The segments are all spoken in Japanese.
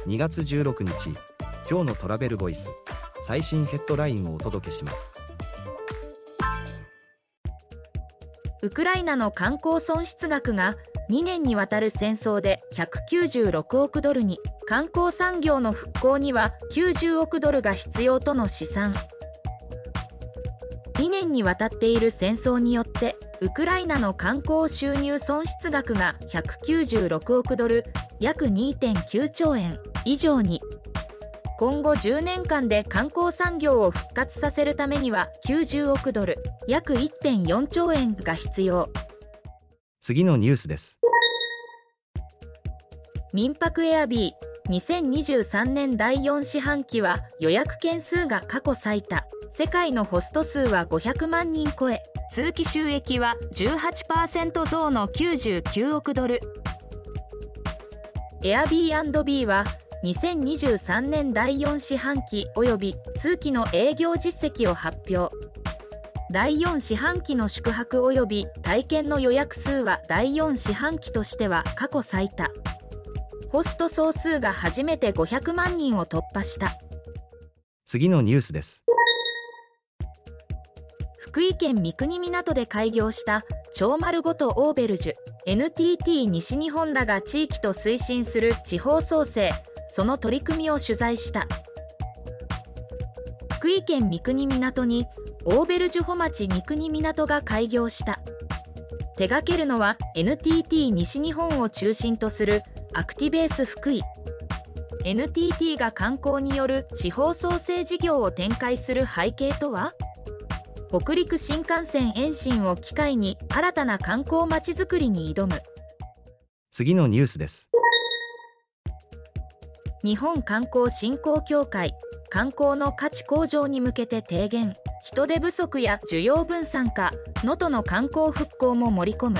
2月16日、今日のトラベルボイス、最新ヘッドラインをお届けします。 ウクライナの観光損失額が2年にわたる戦争で196億ドルに、観光産業の復興には90億ドルが必要との試算。2年にわたっている戦争によってウクライナの観光収入損失額が196億ドル、約 2.9 兆円以上に。今後10年間で観光産業を復活させるためには90億ドル、約 1.4 兆円が必要。 次のニュースです。 民泊エアビー2023年第4四半期は予約件数が過去最多、世界のホスト数は500万人超え、通期収益は 18% 増の99億ドル。エアビー&ビーは2023年第4四半期及び通期の営業実績を発表。第4四半期の宿泊及び体験の予約数は第4四半期としては過去最多。ホスト総数が初めて500万人を突破した。 次のニュースです。 福井県三国港で開業した超丸ごとオーベルジュ、NTT 西日本らが地域と推進する地方創生、その取り組みを取材した。福井県三国港にオーベルジュ穂町三国港が開業した。手掛けるのは NTT 西日本を中心とするアクティベース福井。 NTT が観光による地方創生事業を展開する背景とは。北陸新幹線延伸を機会に新たな観光まちづくりに挑む。 次のニュースです。 日本観光振興協会、観光の価値向上に向けて提言。人手不足や需要分散化、能登の観光復興も盛り込む。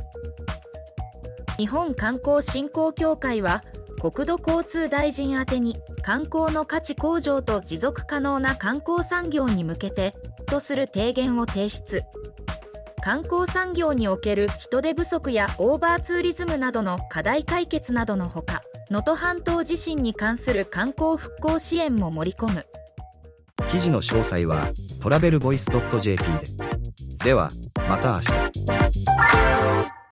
日本観光振興協会は国土交通大臣宛てに観光の価値向上と持続可能な観光産業に向けてとする提言を提出。観光産業における人手不足やオーバーツーリズムなどの課題解決などのほか、能登半島地震に関する観光復興支援も盛り込む。 記事の詳細はトラベルボイス .jp で。ではまた明日。